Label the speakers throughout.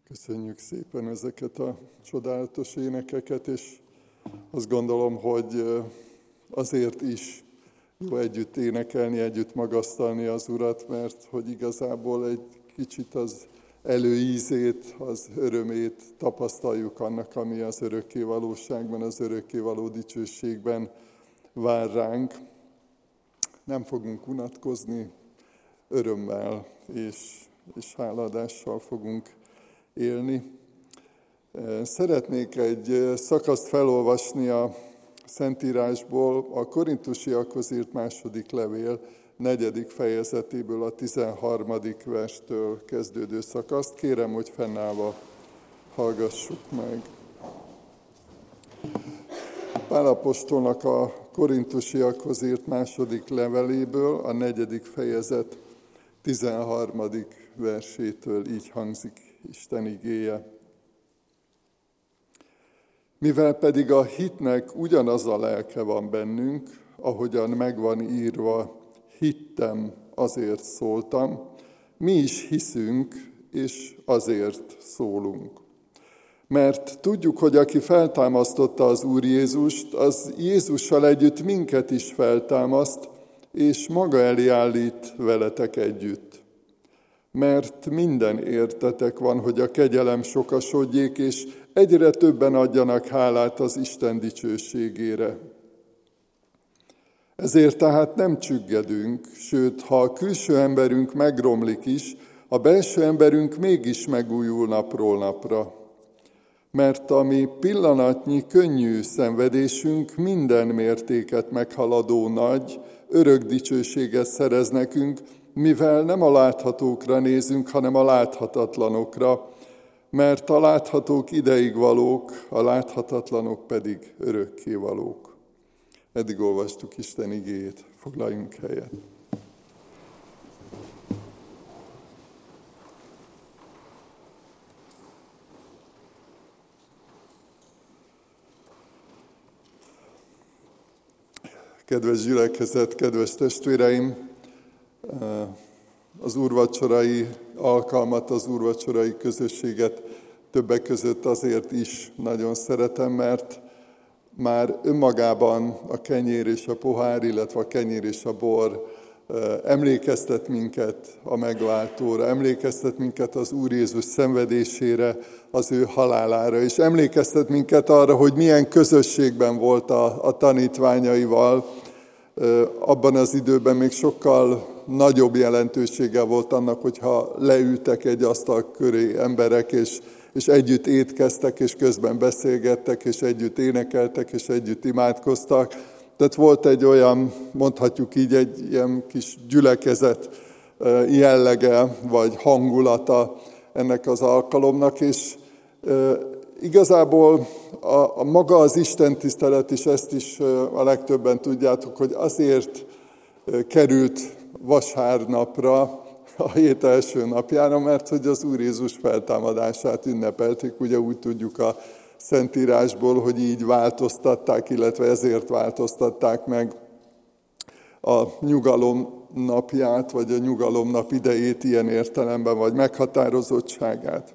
Speaker 1: Köszönjük szépen ezeket a csodálatos énekeket, és azt gondolom, hogy azért is jó együtt énekelni, együtt magasztalni az Urat, mert hogy igazából egy kicsit az előízét, az örömét tapasztaljuk annak, ami az örökké valóságban, az örökké való dicsőségben vár ránk. Nem fogunk unatkozni, örömmel és hálaadással fogunk élni. Szeretnék egy szakaszt felolvasni a Szentírásból, a Korintusiakhoz írt második levél 4. fejezetéből, a 13. verstől kezdődő szakaszt. Kérem, hogy fennállva hallgassuk meg. Pál apostolnak a Korintusiakhoz írt második leveléből, a 4. fejezet 13. versétől így hangzik Isten igéje. Mivel pedig a hitnek ugyanaz a lelke van bennünk, ahogyan megvan írva, hittem, azért szóltam, mi is hiszünk, és azért szólunk. Mert tudjuk, hogy aki feltámasztotta az Úr Jézust, az Jézussal együtt minket is feltámaszt, és maga elé állít veletek együtt. Mert minden értetek van, hogy a kegyelem sokasodjék, és egyre többen adjanak hálát az Isten dicsőségére. Ezért tehát nem csüggedünk, sőt, ha a külső emberünk megromlik is, a belső emberünk mégis megújul napról napra. Mert a mi pillanatnyi könnyű szenvedésünk minden mértéket meghaladó nagy, örök dicsőséget szerez nekünk, mivel nem a láthatókra nézünk, hanem a láthatatlanokra, mert a láthatók ideig valók, a láthatatlanok pedig örökké valók. Eddig olvastuk Isten igéjét, foglaljunk helyet. Kedves gyülekezet, kedves testvéreim! Az úrvacsorai alkalmat, az úrvacsorai közösséget többek között azért is nagyon szeretem, mert már önmagában a kenyér és a pohár, illetve a kenyér és a bor emlékeztet minket a megváltóra, emlékeztet minket az Úr Jézus szenvedésére, az ő halálára, és emlékeztet minket arra, hogy milyen közösségben volt a tanítványaival. Abban az időben még sokkal nagyobb jelentősége volt annak, hogyha leültek egy asztal köré emberek, és együtt étkeztek, és közben beszélgettek, és együtt énekeltek, és együtt imádkoztak. Tehát volt egy olyan, mondhatjuk így, egy ilyen kis gyülekezet jellege, vagy hangulata ennek az alkalomnak, és igazából a maga az Isten tisztelet is, ezt is a legtöbben tudjátok, hogy azért került vasárnapra, a hét első napjára, mert hogy az Úr Jézus feltámadását ünnepelték, ugye úgy tudjuk a Szentírásból, hogy így változtatták, illetve ezért változtatták meg a nyugalom napját, vagy a nyugalomnap idejét ilyen értelemben, vagy meghatározottságát.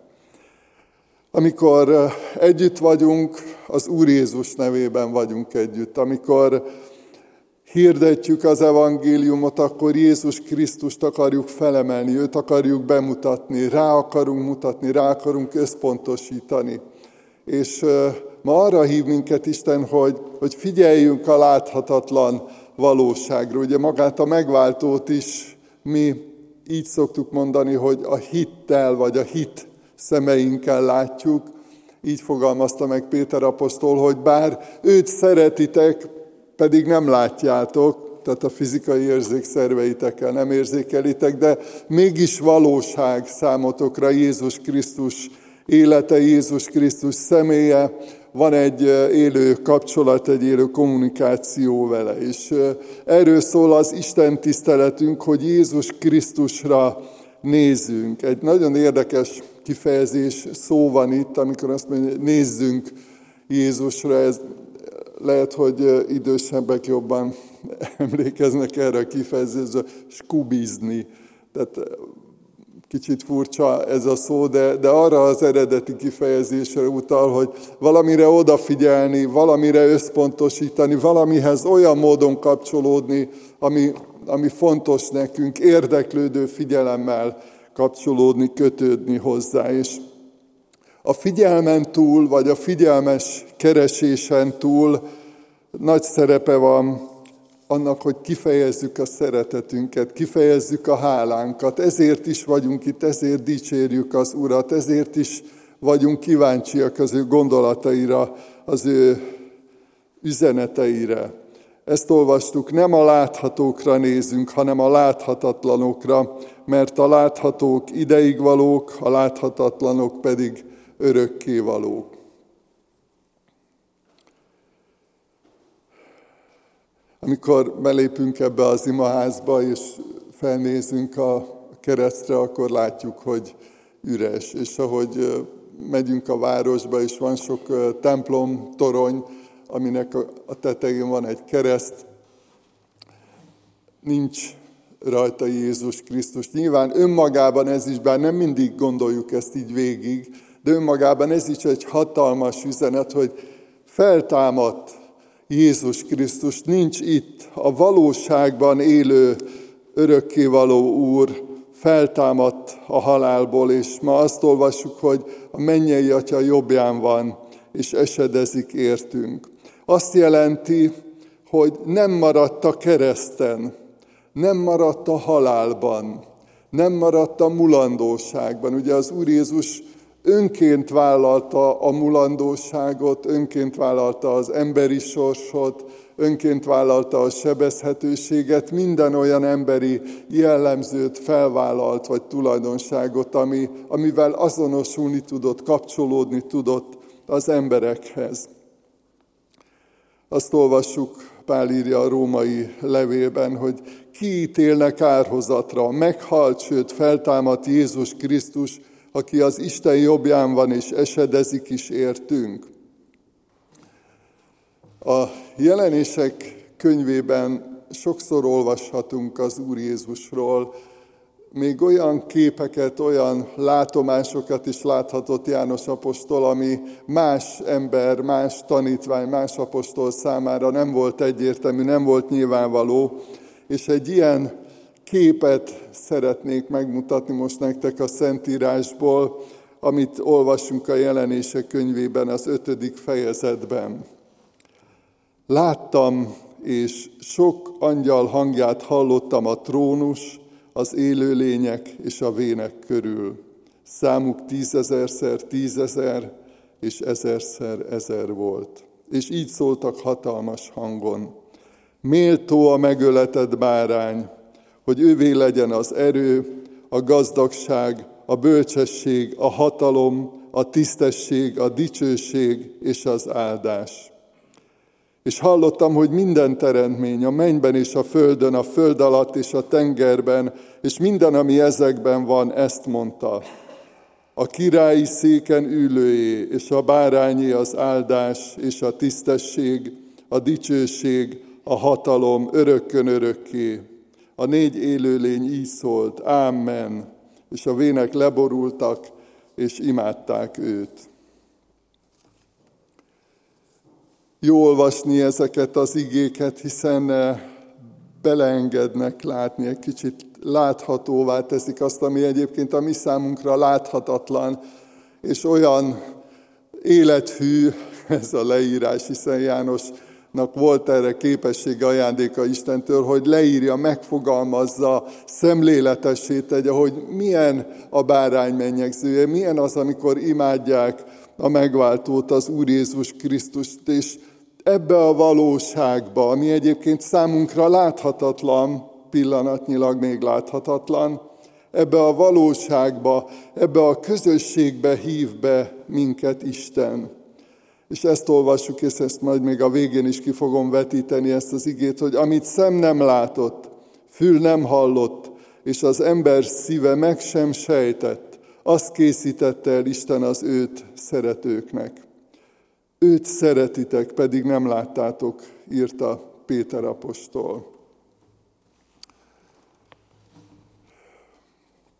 Speaker 1: Amikor együtt vagyunk, az Úr Jézus nevében vagyunk együtt. Amikor hirdetjük az evangéliumot, akkor Jézus Krisztust akarjuk felemelni, őt akarjuk bemutatni, rá akarunk mutatni, rá akarunk összpontosítani. És ma arra hív minket Isten, hogy figyeljünk a láthatatlan valóságra. Ugye magát a megváltót is mi így szoktuk mondani, hogy a hittel, vagy a hit szemeinkkel látjuk. Így fogalmazta meg Péter apostol, hogy bár őt szeretitek, pedig nem látjátok, tehát a fizikai érzékszerveitekkel nem érzékelitek, de mégis valóság számotokra Jézus Krisztus élete, Jézus Krisztus személye, van egy élő kapcsolat, egy élő kommunikáció vele. És erről szól az Isten tiszteletünk, hogy Jézus Krisztusra nézzünk. Egy nagyon érdekes kifejezés, szó van itt, amikor azt mondja, hogy nézzünk Jézusra. Ez lehet, hogy idősebbek jobban emlékeznek erre a kifejezésre, skubizni. Tehát Kicsit furcsa ez a szó, de arra az eredeti kifejezésre utal, hogy valamire odafigyelni, valamire összpontosítani, valamihez olyan módon kapcsolódni, ami fontos nekünk, érdeklődő figyelemmel kapcsolódni, kötődni hozzá. És a figyelmen túl, vagy a figyelmes keresésen túl nagy szerepe van annak, hogy kifejezzük a szeretetünket, kifejezzük a hálánkat. Ezért is vagyunk itt, ezért dicsérjük az Urat, ezért is vagyunk kíváncsiak az ő gondolataira, az ő üzeneteire. Ezt olvastuk, nem a láthatókra nézünk, hanem a láthatatlanokra, mert a láthatók ideigvalók, a láthatatlanok pedig örökkévalók. Amikor belépünk ebbe az imaházba, és felnézünk a keresztre, akkor látjuk, hogy üres. És ahogy megyünk a városba, és van sok templom, torony, aminek a tetején van egy kereszt, nincs rajta Jézus Krisztus. Nyilván önmagában ez is, bár nem mindig gondoljuk ezt így végig, de önmagában ez is egy hatalmas üzenet, hogy feltámadt Jézus Krisztus, nincs itt, a valóságban élő, örökkévaló Úr feltámadt a halálból, és ma azt olvassuk, hogy a mennyei Atya jobbján van, és esedezik értünk. Azt jelenti, hogy nem maradt a kereszten, nem maradt a halálban, nem maradt a mulandóságban. Ugye az Úr Jézus önként vállalta a mulandóságot, önként vállalta az emberi sorsot, önként vállalta a sebezhetőséget, minden olyan emberi jellemzőt felvállalt, vagy tulajdonságot, amivel azonosulni tudott, kapcsolódni tudott az emberekhez. Azt olvassuk, Pál írja a római levélben, hogy kiítélnek árhozatra, meghalt, sőt feltámadt Jézus Krisztus, aki az Isten jobbján van és esedezik is értünk. A Jelenések könyvében sokszor olvashatunk az Úr Jézusról, még olyan képeket, olyan látomásokat is láthatott János apostol, ami más ember, más tanítvány, más apostol számára nem volt egyértelmű, nem volt nyilvánvaló, és egy ilyen képet szeretnék megmutatni most nektek a Szentírásból, amit olvasunk a Jelenések könyvében, az 5. fejezetben. Láttam, és sok angyal hangját hallottam a trónus, az élőlények és a vének körül. Számuk 10.000-szer 10.000, és 1000-szer 1000 volt. És így szóltak hatalmas hangon. Méltó a megöletett bárány, hogy ővé legyen az erő, a gazdagság, a bölcsesség, a hatalom, a tisztesség, a dicsőség és az áldás. És hallottam, hogy minden teremtmény, a mennyben és a földön, a föld alatt és a tengerben, és minden, ami ezekben van, ezt mondta. A királyi széken ülőjé, és a bárányé az áldás, és a tisztesség, a dicsőség, a hatalom örökkön örökké. A 4 élőlény így szólt, Ámen, és a vének leborultak, és imádták őt. Jó olvasni ezeket az igéket, hiszen beleengednek látni, egy kicsit láthatóvá teszik azt, ami egyébként a mi számunkra láthatatlan, és olyan élethű ez a leírás, hiszen Jánosnak volt erre képessége, ajándéka Istentől, hogy leírja, megfogalmazza, szemléletessé tegye, hogy milyen a bárány mennyegzője, milyen az, amikor imádják a megváltót, az Úr Jézus Krisztust, és ebbe a valóságba, ami egyébként számunkra láthatatlan, pillanatnyilag még láthatatlan, ebbe a valóságba, ebbe a közösségbe hív be minket Isten. És ezt olvassuk, és ezt majd még a végén is ki fogom vetíteni, ezt az igét, hogy amit szem nem látott, fül nem hallott, és az ember szíve meg sem sejtett, azt készítette el Isten az őt szeretőknek. Őt szeretitek, pedig nem láttátok, írta Péter apostol.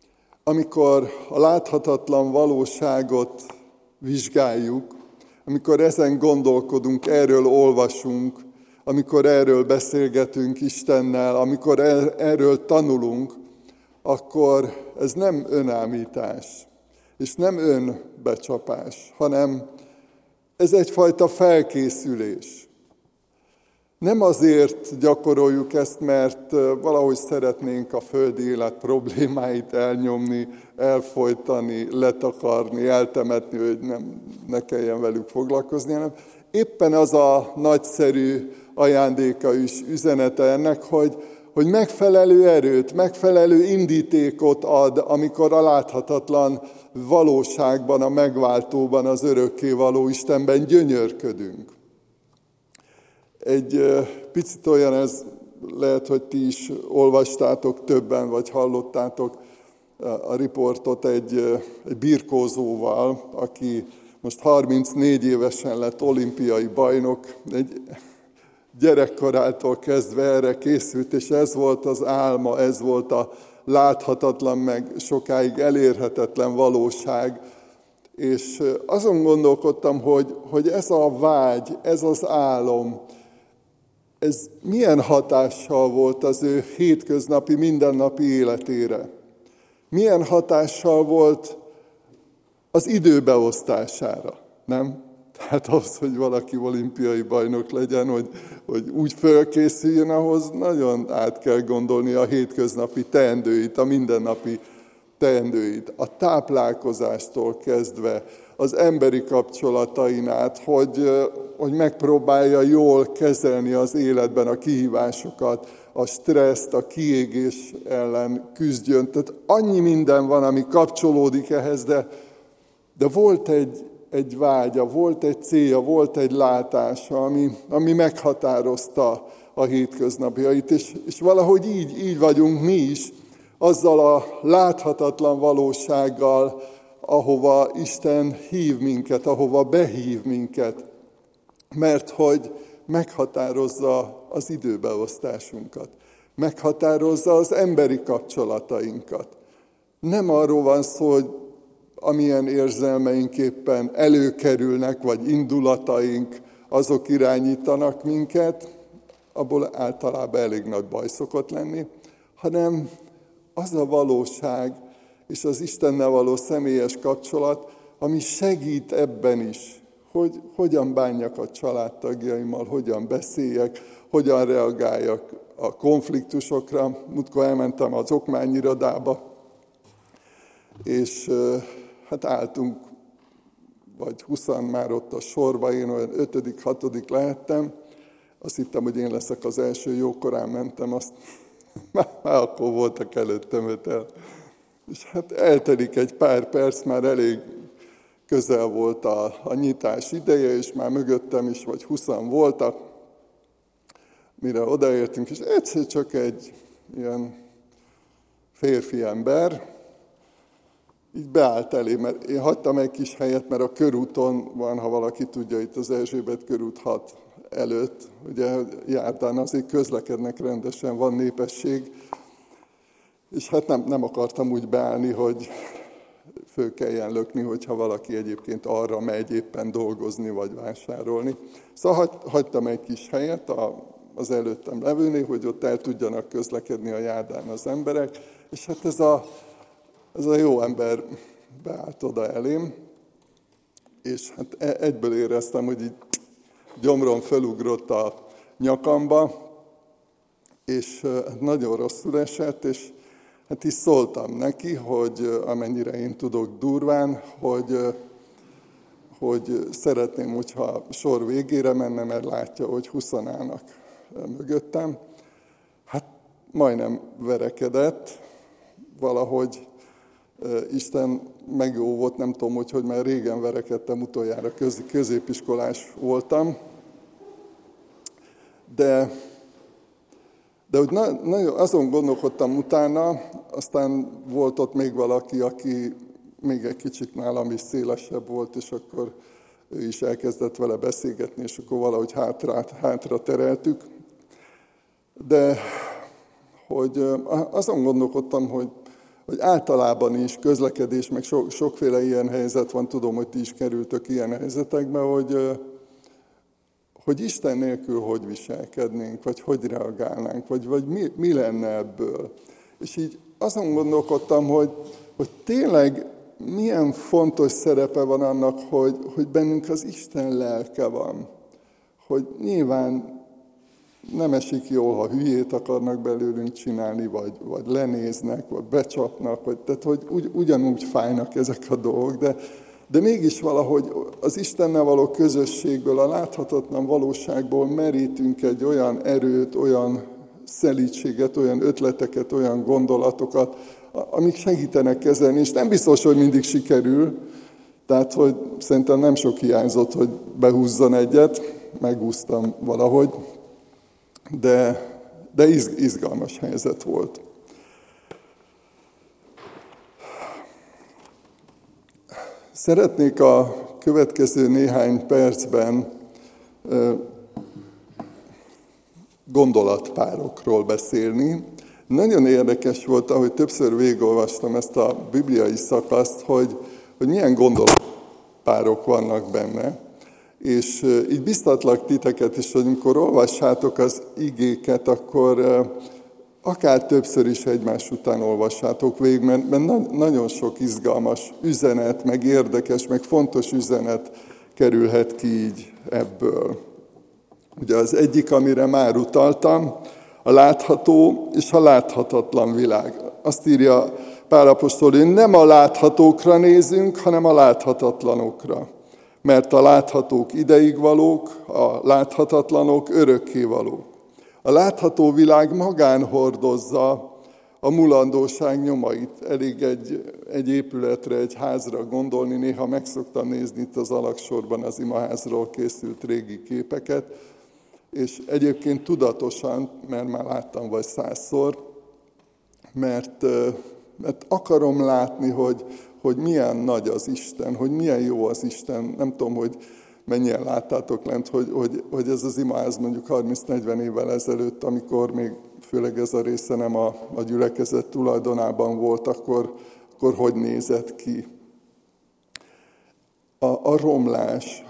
Speaker 1: amikor a láthatatlan valóságot vizsgáljuk, amikor ezen gondolkodunk, erről olvasunk, amikor erről beszélgetünk Istennel, amikor erről tanulunk, akkor ez nem önállítás, és nem önbecsapás, hanem ez egyfajta felkészülés. Nem azért gyakoroljuk ezt, mert valahogy szeretnénk a földi élet problémáit elnyomni, elfojtani, letakarni, eltemetni, hogy ne kelljen velük foglalkozni, hanem éppen az a nagyszerű ajándéka és üzenete ennek, hogy megfelelő erőt, megfelelő indítékot ad, amikor a láthatatlan valóságban, a megváltóban, az örökkévaló Istenben gyönyörködünk. Egy picit olyan ez, lehet, hogy ti is olvastátok többen, vagy hallottátok a riportot egy birkózóval, aki most 34 évesen lett olimpiai bajnok, egy gyerekkorától kezdve erre készült, és ez volt az álma, ez volt a láthatatlan, meg sokáig elérhetetlen valóság. És azon gondolkodtam, hogy ez a vágy, ez az álom, ez milyen hatással volt az ő hétköznapi, mindennapi életére? Milyen hatással volt az időbeosztására, nem? Tehát az, hogy valaki olimpiai bajnok legyen, hogy úgy fölkészüljön, ahhoz nagyon át kell gondolni a hétköznapi teendőit, a mindennapi teendőit, a táplálkozástól kezdve, az emberi kapcsolatain át, hogy megpróbálja jól kezelni az életben a kihívásokat, a stresszt, a kiégés ellen küzdjön. Tehát annyi minden van, ami kapcsolódik ehhez, de volt egy vágya, volt egy célja, volt egy látása, ami meghatározta a hétköznapjait, és valahogy így vagyunk mi is, azzal a láthatatlan valósággal, ahova Isten hív minket, ahova behív minket, mert hogy meghatározza az időbeosztásunkat, meghatározza az emberi kapcsolatainkat. Nem arról van szó, hogy amilyen érzelmeink éppen előkerülnek, vagy indulataink, azok irányítanak minket, abból általában elég nagy baj szokott lenni, hanem az a valóság és az Istennel való személyes kapcsolat, ami segít ebben is, hogy hogyan bánjak a családtagjaimmal, hogyan beszéljek, hogyan reagáljak a konfliktusokra. Múltkor elmentem az okmányirodába, és hát álltunk, vagy 20-an már ott a sorba, én olyan 5.-6. lehettem. Azt hittem, hogy én leszek az első, jókorán mentem, azt már akkor voltak előttem 5-en. És hát eltelik egy pár perc, már elég közel volt a nyitás ideje, és már mögöttem is, vagy 20-an voltak, mire odaértünk, és egyszer csak egy ilyen férfi ember így beállt elé, mert én hagytam egy kis helyet, mert a körúton van, ha valaki tudja, itt az Erzsébet körút 6 előtt, ugye járdán azért közlekednek rendesen, van népesség, és hát nem akartam úgy beállni, hogy föl kelljen lökni, hogyha valaki egyébként arra megy éppen dolgozni vagy vásárolni. Szóval hagytam egy kis helyet az előttem levőnél, hogy ott el tudjanak közlekedni a járdán az emberek, és hát ez a jó ember beállt oda elém, és hát egyből éreztem, hogy így gyomrom felugrott a nyakamba, és nagyon rosszul esett, és hát is szóltam neki, hogy amennyire én tudok durván, hogy szeretném, hogyha a sor végére menne, mert látja, hogy 20-an állnak mögöttem. Hát majdnem verekedett, valahogy Isten megóvott, nem tudom, hogy már régen verekedtem, utoljára középiskolás voltam, de hogy nagyon azon gondolkodtam utána, aztán volt ott még valaki, aki még egy kicsit nálam is szélesebb volt, és akkor ő is elkezdett vele beszélgetni, és akkor valahogy hátra tereltük. De hogy azon gondolkodtam, hogy hogy általában is közlekedés, meg sokféle ilyen helyzet van, tudom, hogy ti is kerültök ilyen helyzetekbe, hogy Isten nélkül hogy viselkednénk, vagy hogy reagálnánk, vagy mi lenne ebből. És így azon gondolkodtam, hogy tényleg milyen fontos szerepe van annak, hogy bennünk az Isten lelke van. Hogy nyilván nem esik jól, ha hülyét akarnak belőlünk csinálni, vagy lenéznek, vagy becsapnak, tehát hogy ugyanúgy fájnak ezek a dolgok, de mégis valahogy az Istennel való közösségből, a láthatatlan valóságból merítünk egy olyan erőt, olyan szelídséget, olyan ötleteket, olyan gondolatokat, amik segítenek kezelni, és nem biztos, hogy mindig sikerül, tehát hogy szerintem nem sok hiányzott, hogy behúzzon egyet, megúsztam valahogy, de izgalmas helyzet volt. Szeretnék a következő néhány percben gondolatpárokról beszélni. Nagyon érdekes volt, ahogy többször végigolvastam ezt a bibliai szakaszt, hogy milyen gondolatpárok vannak benne. És így biztatlak titeket is, hogy amikor olvassátok az igéket, akkor akár többször is egymás után olvassátok végig, mert nagyon sok izgalmas üzenet, meg érdekes, meg fontos üzenet kerülhet ki így ebből. Ugye az egyik, amire már utaltam, a látható és a láthatatlan világ. Azt írja Pál apostol, hogy nem a láthatókra nézünk, hanem a láthatatlanokra. Mert a láthatók ideigvalók, a láthatatlanok örökkévalók. A látható világ magán hordozza a mulandóság nyomait. Elég egy épületre, egy házra gondolni. Néha meg szoktam nézni itt az alagsorban az imaházról készült régi képeket. És egyébként tudatosan, mert már láttam vagy 100-szor, mert akarom látni, hogy milyen nagy az Isten, hogy milyen jó az Isten. Nem tudom, hogy mennyien láttátok lent, hogy ez az imaház mondjuk 30-40 évvel ezelőtt, amikor még főleg ez a része nem a gyülekezet tulajdonában volt, akkor hogy nézett ki. A romlás,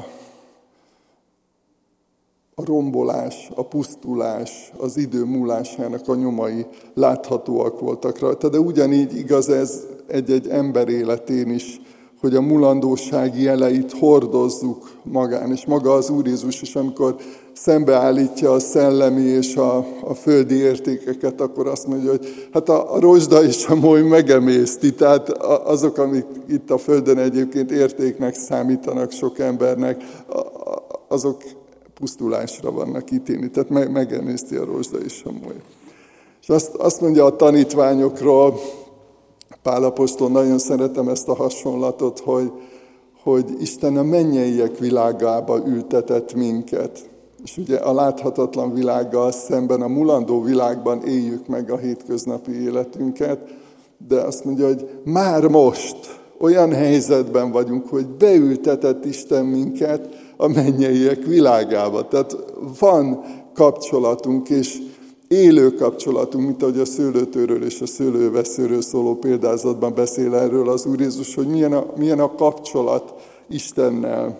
Speaker 1: a rombolás, a pusztulás, az idő múlásának a nyomai láthatóak voltak rajta. De ugyanígy igaz ez egy ember életén is, hogy a mulandóság jeleit hordozzuk magán. És maga az Úr Jézus is, amikor szembeállítja a szellemi és a földi értékeket, akkor azt mondja, hogy hát a rozsda és a moly megemészti. Tehát azok, amik itt a földön egyébként értéknek számítanak sok embernek, azok pusztulásra vannak ítélni, tehát megemészti a rozsda és a moly. És azt mondja a tanítványokról, Pál apostol, nagyon szeretem ezt a hasonlatot, hogy Isten a mennyeiek világába ültetett minket. És ugye a láthatatlan világgal szemben a mulandó világban éljük meg a hétköznapi életünket, de azt mondja, hogy már most olyan helyzetben vagyunk, hogy beültetett Isten minket a mennyeiek világába. Tehát van kapcsolatunk, és élő kapcsolatunk, mint ahogy a szőlőtőről és a szőlőveszőről szóló példázatban beszél erről az Úr Jézus, hogy milyen a kapcsolat Istennel.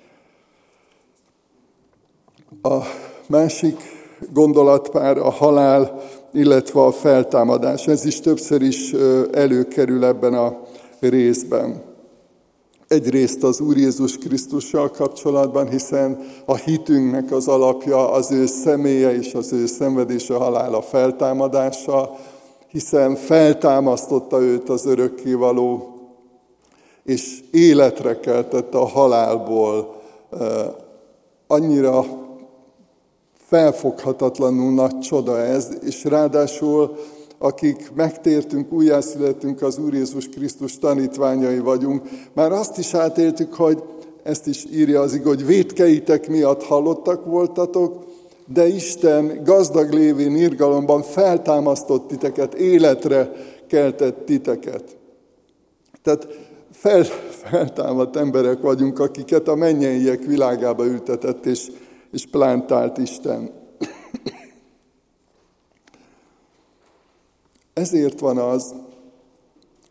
Speaker 1: A másik gondolatpár a halál, illetve a feltámadás. Ez is többször is előkerül ebben a részben. Egyrészt az Úr Jézus Krisztussal kapcsolatban, hiszen a hitünknek az alapja az ő személye és az ő szenvedése, halála, feltámadása, hiszen feltámasztotta őt az örökkévaló, és életre keltette a halálból. Annyira felfoghatatlanul nagy csoda ez, és ráadásul akik megtértünk, újjászületünk, az Úr Jézus Krisztus tanítványai vagyunk, már azt is átéltük, hogy ezt is írja az ige, hogy vétkeitek miatt halottak voltatok, de Isten gazdag lévén irgalomban feltámasztott titeket, életre keltett titeket. Tehát feltámadt emberek vagyunk, akiket a mennyeiek világába ültetett és plántált Isten. Ezért van az,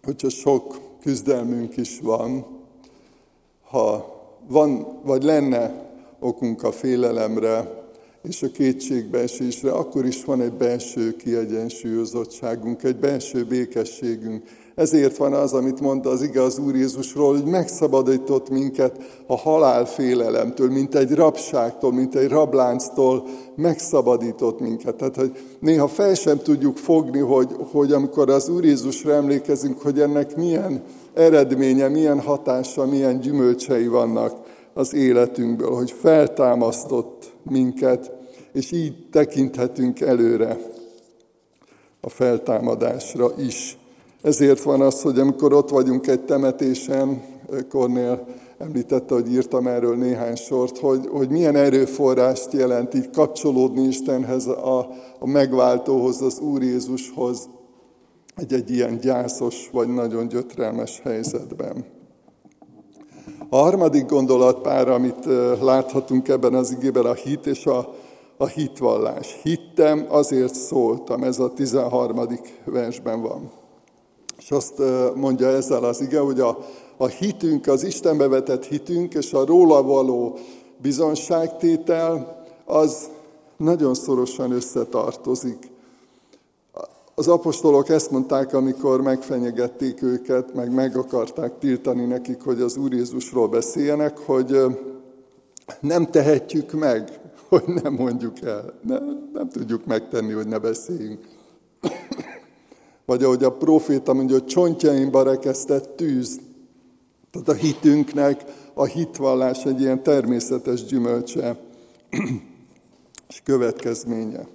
Speaker 1: hogyha sok küzdelmünk is van, ha van, vagy lenne okunk a félelemre és a kétségbeesésre, akkor is van egy belső kiegyensúlyozottságunk, egy belső békességünk. Ezért van az, amit mondta az ige az Úr Jézusról, hogy megszabadított minket a halálfélelemtől, mint egy rabságtól, mint egy rablánctól megszabadított minket. Tehát, hogy néha fel sem tudjuk fogni, hogy amikor az Úr Jézusra emlékezünk, hogy ennek milyen eredménye, milyen hatása, milyen gyümölcsei vannak az életünkből, hogy feltámasztott minket, és így tekinthetünk előre a feltámadásra is. Ezért van az, hogy amikor ott vagyunk egy temetésen, Kornél említette, hogy írtam erről néhány sort, hogy milyen erőforrást jelent így kapcsolódni Istenhez, a megváltóhoz, az Úr Jézushoz egy ilyen gyászos vagy nagyon gyötrelmes helyzetben. A harmadik gondolatpár, amit láthatunk ebben az igében, a hit és a hitvallás. Hittem, azért szóltam, ez a 13. versben van. És azt mondja ezzel az ige, hogy a hitünk, az Istenbe vetett hitünk és a róla való bizonságtétel, az nagyon szorosan összetartozik. Az apostolok ezt mondták, amikor megfenyegették őket, meg akarták tiltani nekik, hogy az Úr Jézusról beszéljenek, hogy nem tehetjük meg, hogy nem mondjuk el. Nem tudjuk megtenni, hogy ne beszéljünk. Vagy ahogy a próféta mondja, hogy csontjaimba rekesztett tűz. Tehát a hitünknek a hitvallás egy ilyen természetes gyümölcse és következménye.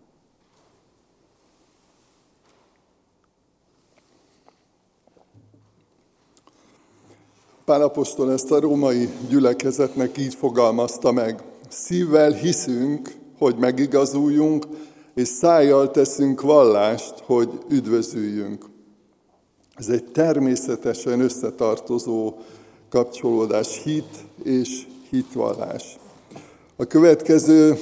Speaker 1: Pál apostol ezt a római gyülekezetnek így fogalmazta meg. Szívvel hiszünk, hogy megigazuljunk, és szájjal teszünk vallást, hogy üdvözüljünk. Ez egy természetesen összetartozó kapcsolódás, hit és hitvallás. A következő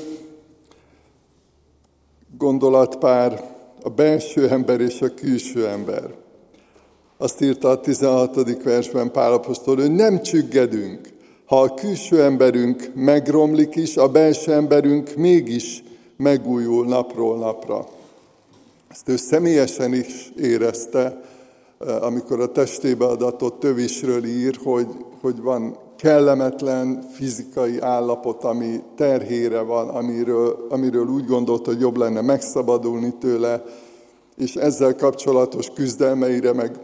Speaker 1: gondolatpár a belső ember és a külső ember. Azt írta a 16. versben Pál apostol, hogy nem csüggedünk. Ha a külső emberünk megromlik is, a belső emberünk mégis megújul napról napra. Ezt ő személyesen is érezte, amikor a testébe adatott tövisről ír, hogy van kellemetlen fizikai állapot, ami terhére van, amiről úgy gondolt, hogy jobb lenne megszabadulni tőle, és ezzel kapcsolatos küzdelmeire meg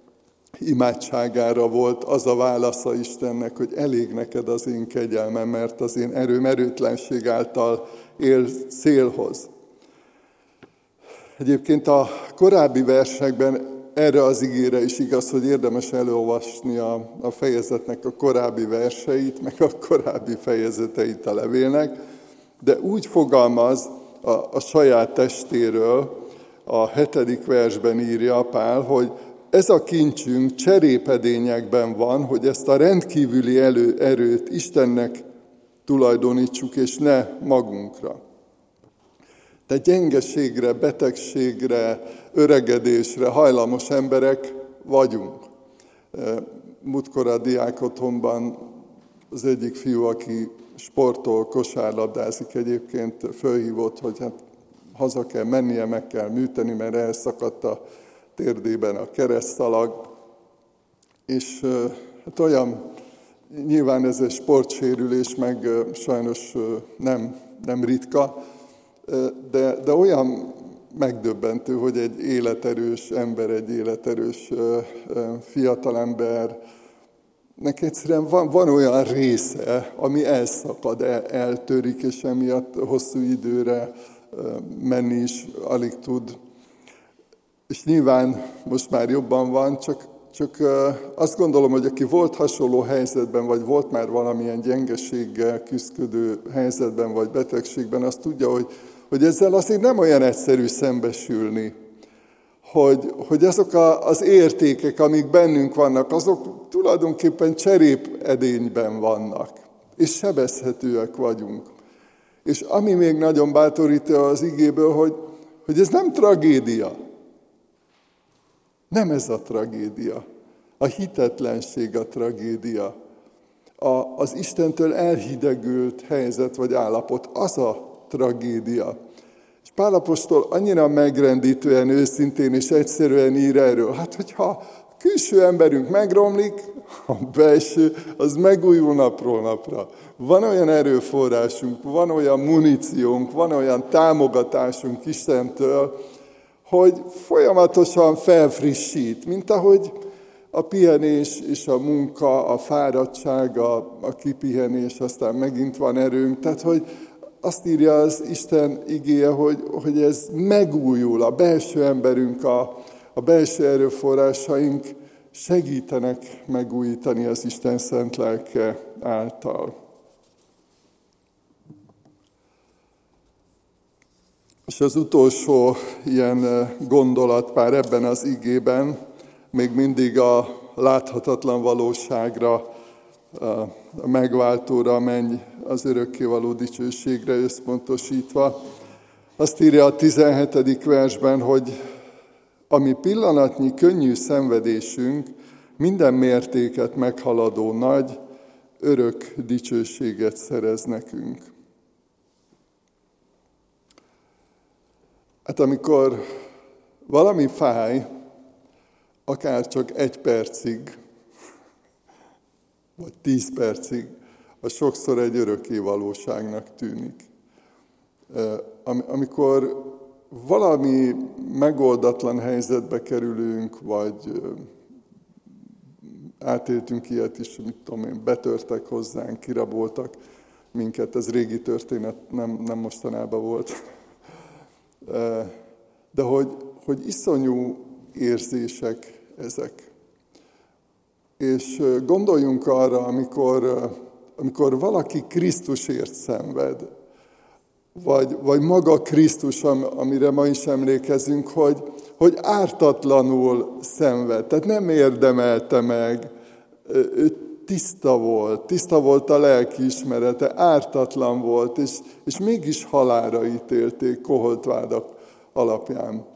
Speaker 1: imádságára volt az a válasza Istennek, hogy elég neked az én kegyelmem, mert az én erőm erőtlenség által él célhoz. Egyébként a korábbi versekben erre az igére is igaz, hogy érdemes elolvasni a fejezetnek a korábbi verseit, meg a korábbi fejezeteit a levélnek, de úgy fogalmaz a saját testéről, a 7. versben írja Pál, hogy ez a kincsünk cserépedényekben van, hogy ezt a rendkívüli erőt Istennek tulajdonítsuk, és ne magunkra. De gyengeségre, betegségre, öregedésre hajlamos emberek vagyunk. Múltkor a diákotthonban az egyik fiú, aki sportol, kosárlabdázik egyébként, fölhívott, hogy hát haza kell mennie, meg kell műteni, mert elszakadt a térdében a keresztszalag. És hát olyan, nyilván ez egy sportsérülés, meg sajnos nem ritka, de olyan megdöbbentő, hogy egy életerős ember, egy életerős fiatalember, neki egyszerűen van olyan része, ami elszakad, eltörik, és emiatt hosszú időre menni is alig tud. És nyilván most már jobban van, csak azt gondolom, hogy aki volt hasonló helyzetben, vagy volt már valamilyen gyengeséggel küzdködő helyzetben, vagy betegségben, azt tudja, hogy ezzel azért nem olyan egyszerű szembesülni. Hogy azok az értékek, amik bennünk vannak, azok tulajdonképpen cserépedényben vannak. És sebezhetőek vagyunk. És ami még nagyon bátorító az igéből, hogy ez nem tragédia. Nem ez a tragédia. A hitetlenség a tragédia. Az Istentől elhidegült helyzet vagy állapot, az a tragédia. És Pál apostol annyira megrendítően, őszintén és egyszerűen ír erről. Hát, hogyha a külső emberünk megromlik, a belső, az megújul napról napra. Van olyan erőforrásunk, van olyan muníciónk, van olyan támogatásunk Istentől, hogy folyamatosan felfrissít, mint ahogy a pihenés és a munka, a fáradtság, a kipihenés, aztán megint van erőnk. Tehát, hogy azt írja az Isten igéje, hogy ez megújul, a belső emberünk, a belső erőforrásaink segítenek megújítani az Isten szent lelke által. És az utolsó ilyen gondolat már ebben az igében, még mindig a láthatatlan valóságra, a megváltóra, menj az örökkévaló dicsőségre összpontosítva. Azt írja a 17. versben, hogy ami pillanatnyi könnyű szenvedésünk, minden mértéket meghaladó nagy, örök dicsőséget szerez nekünk. Hát amikor valami fáj, akár csak 1 percig, vagy 10 percig, az sokszor egy örökké valóságnak tűnik. Amikor valami megoldatlan helyzetbe kerülünk, vagy átéltünk ilyet is, mit tudom én, betörtek hozzánk, kiraboltak minket, ez régi történet, nem mostanában volt. De hogy iszonyú érzések ezek. És gondoljunk arra, amikor valaki Krisztusért szenved, vagy maga Krisztus, amire ma is emlékezünk, hogy ártatlanul szenved, tehát nem érdemelte meg, ő tiszta volt a lelkiismerete, ártatlan volt, és mégis halálra ítélték koholt vádak alapján.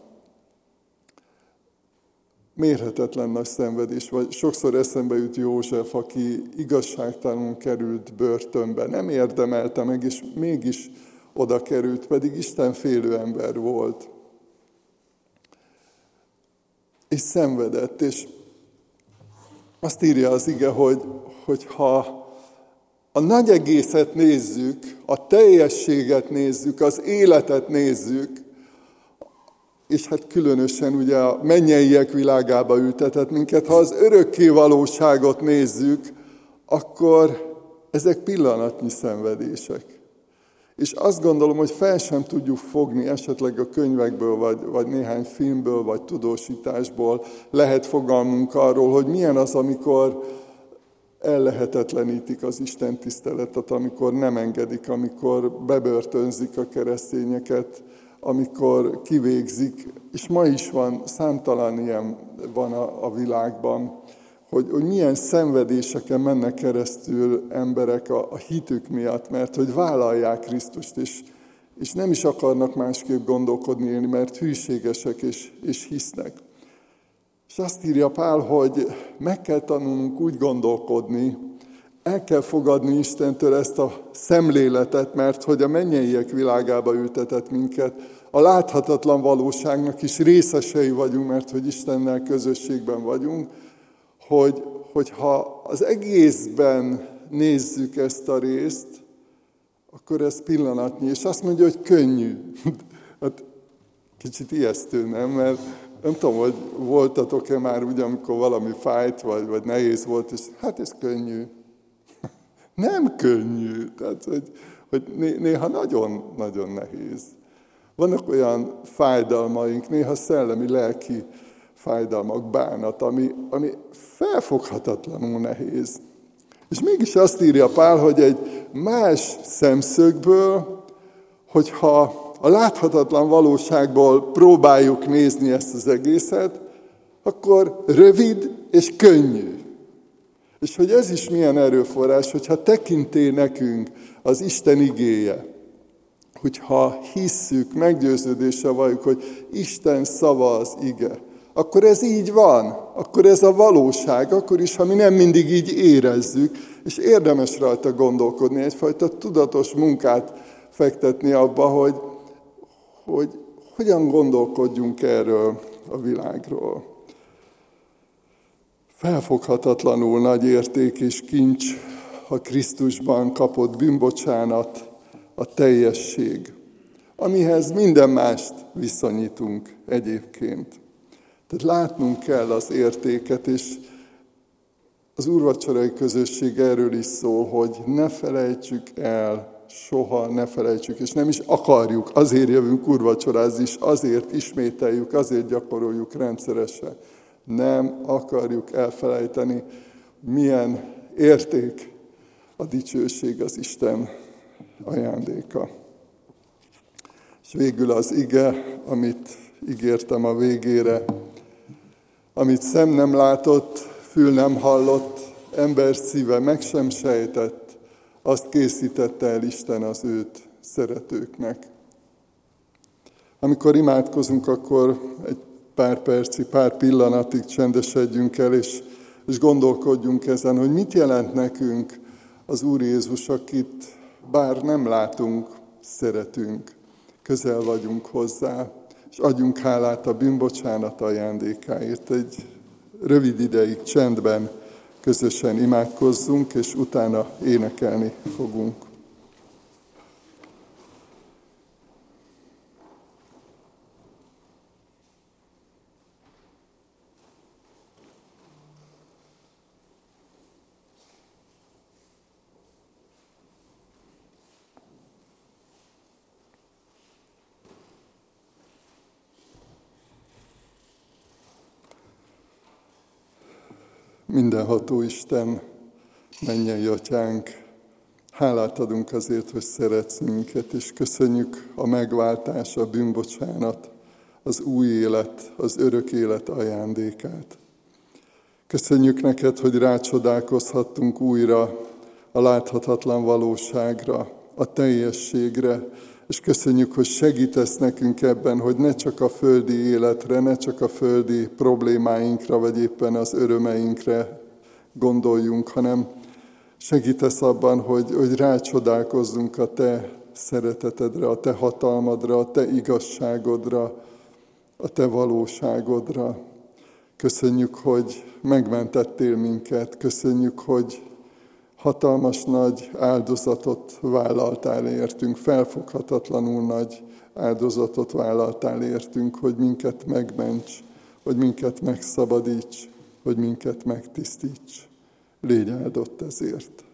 Speaker 1: Mérhetetlen nagy szenvedés, vagy sokszor eszembe jut József, aki igazságtalanul került börtönbe, nem érdemelte meg, és mégis oda került, pedig istenfélő ember volt. És szenvedett, és azt írja az ige, hogy ha a nagy egészet nézzük, a teljességet nézzük, az életet nézzük, és hát különösen ugye a mennyeiek világába ültetett minket, ha az örökké valóságot nézzük, akkor ezek pillanatnyi szenvedések. És azt gondolom, hogy fel sem tudjuk fogni, esetleg a könyvekből, vagy néhány filmből, vagy tudósításból lehet fogalmunk arról, hogy milyen az, amikor ellehetetlenítik az Isten tiszteletet, amikor nem engedik, amikor bebörtönzik a keresztényeket, amikor kivégzik, és ma is van, számtalan ilyen van a világban, hogy milyen szenvedéseken mennek keresztül emberek a hitük miatt, mert hogy vállalják Krisztust, és nem is akarnak másképp gondolkodni, élni, mert hűségesek és hisznek. És azt írja Pál, hogy meg kell tanulnunk úgy gondolkodni, el kell fogadni Istentől ezt a szemléletet, mert hogy a mennyeiek világába ültetett minket, a láthatatlan valóságnak is részesei vagyunk, mert hogy Istennel közösségben vagyunk, hogy ha az egészben nézzük ezt a részt, akkor ez pillanatnyi. És azt mondja, hogy könnyű. Hát kicsit ijesztő, nem? Mert nem tudom, hogy voltatok-e már úgy, amikor valami fájt, vagy nehéz volt, és hát ez könnyű. Nem könnyű. Tehát, hogy néha nagyon-nagyon nehéz. Vannak olyan fájdalmaink, néha szellemi, lelki fájdalmak, bánat, ami felfoghatatlanul nehéz. És mégis azt írja Pál, hogy egy más szemszögből, hogyha a láthatatlan valóságból próbáljuk nézni ezt az egészet, akkor rövid és könnyű. És hogy ez is milyen erőforrás, hogyha tekinté nekünk az Isten igéje, hogyha hisszük, meggyőződéssel valljuk, hogy Isten szava az ige, akkor ez így van, akkor ez a valóság, akkor is, ha mi nem mindig így érezzük, és érdemes rajta gondolkodni, egyfajta tudatos munkát fektetni abba, hogy hogyan gondolkodjunk erről a világról. Felfoghatatlanul nagy érték és kincs a Krisztusban kapott bűnbocsánat, a teljesség, amihez minden mást viszonyítunk egyébként. Tehát látnunk kell az értéket, és az úrvacsorai közösség erről is szól, hogy ne felejtsük el, soha ne felejtsük, és nem is akarjuk, azért jövünk úrvacsorázni, és azért ismételjük, azért gyakoroljuk rendszeresen. Nem akarjuk elfelejteni, milyen érték a dicsőség, az Isten ajándéka. És végül az ige, amit ígértem a végére, amit szem nem látott, fül nem hallott, ember szíve meg sem sejtett, azt készítette el Isten az őt szeretőknek. Amikor imádkozunk, akkor egy pár percig, pár pillanatig csendesedjünk el, és gondolkodjunk ezen, hogy mit jelent nekünk az Úr Jézus, akit bár nem látunk, szeretünk, közel vagyunk hozzá, és adjunk hálát a bűnbocsánat ajándékáért. Egy rövid ideig csendben közösen imádkozzunk, és utána énekelni fogunk. Mindenható Isten, mennyei Atyánk, hálát adunk azért, hogy szeretsz minket, és köszönjük a megváltás, a bűnbocsánat, az új élet, az örök élet ajándékát. Köszönjük neked, hogy rácsodálkozhattunk újra a láthatatlan valóságra, a teljességre, és köszönjük, hogy segítesz nekünk ebben, hogy ne csak a földi életre, ne csak a földi problémáinkra, vagy éppen az örömeinkre gondoljunk, hanem segítesz abban, hogy rácsodálkozzunk a te szeretetedre, a te hatalmadra, a te igazságodra, a te valóságodra. Köszönjük, hogy megmentettél minket, köszönjük, hogy hatalmas nagy áldozatot vállaltál értünk, felfoghatatlanul nagy áldozatot vállaltál értünk, hogy minket megments, hogy minket megszabadíts, hogy minket megtisztíts. Légy áldott ezért.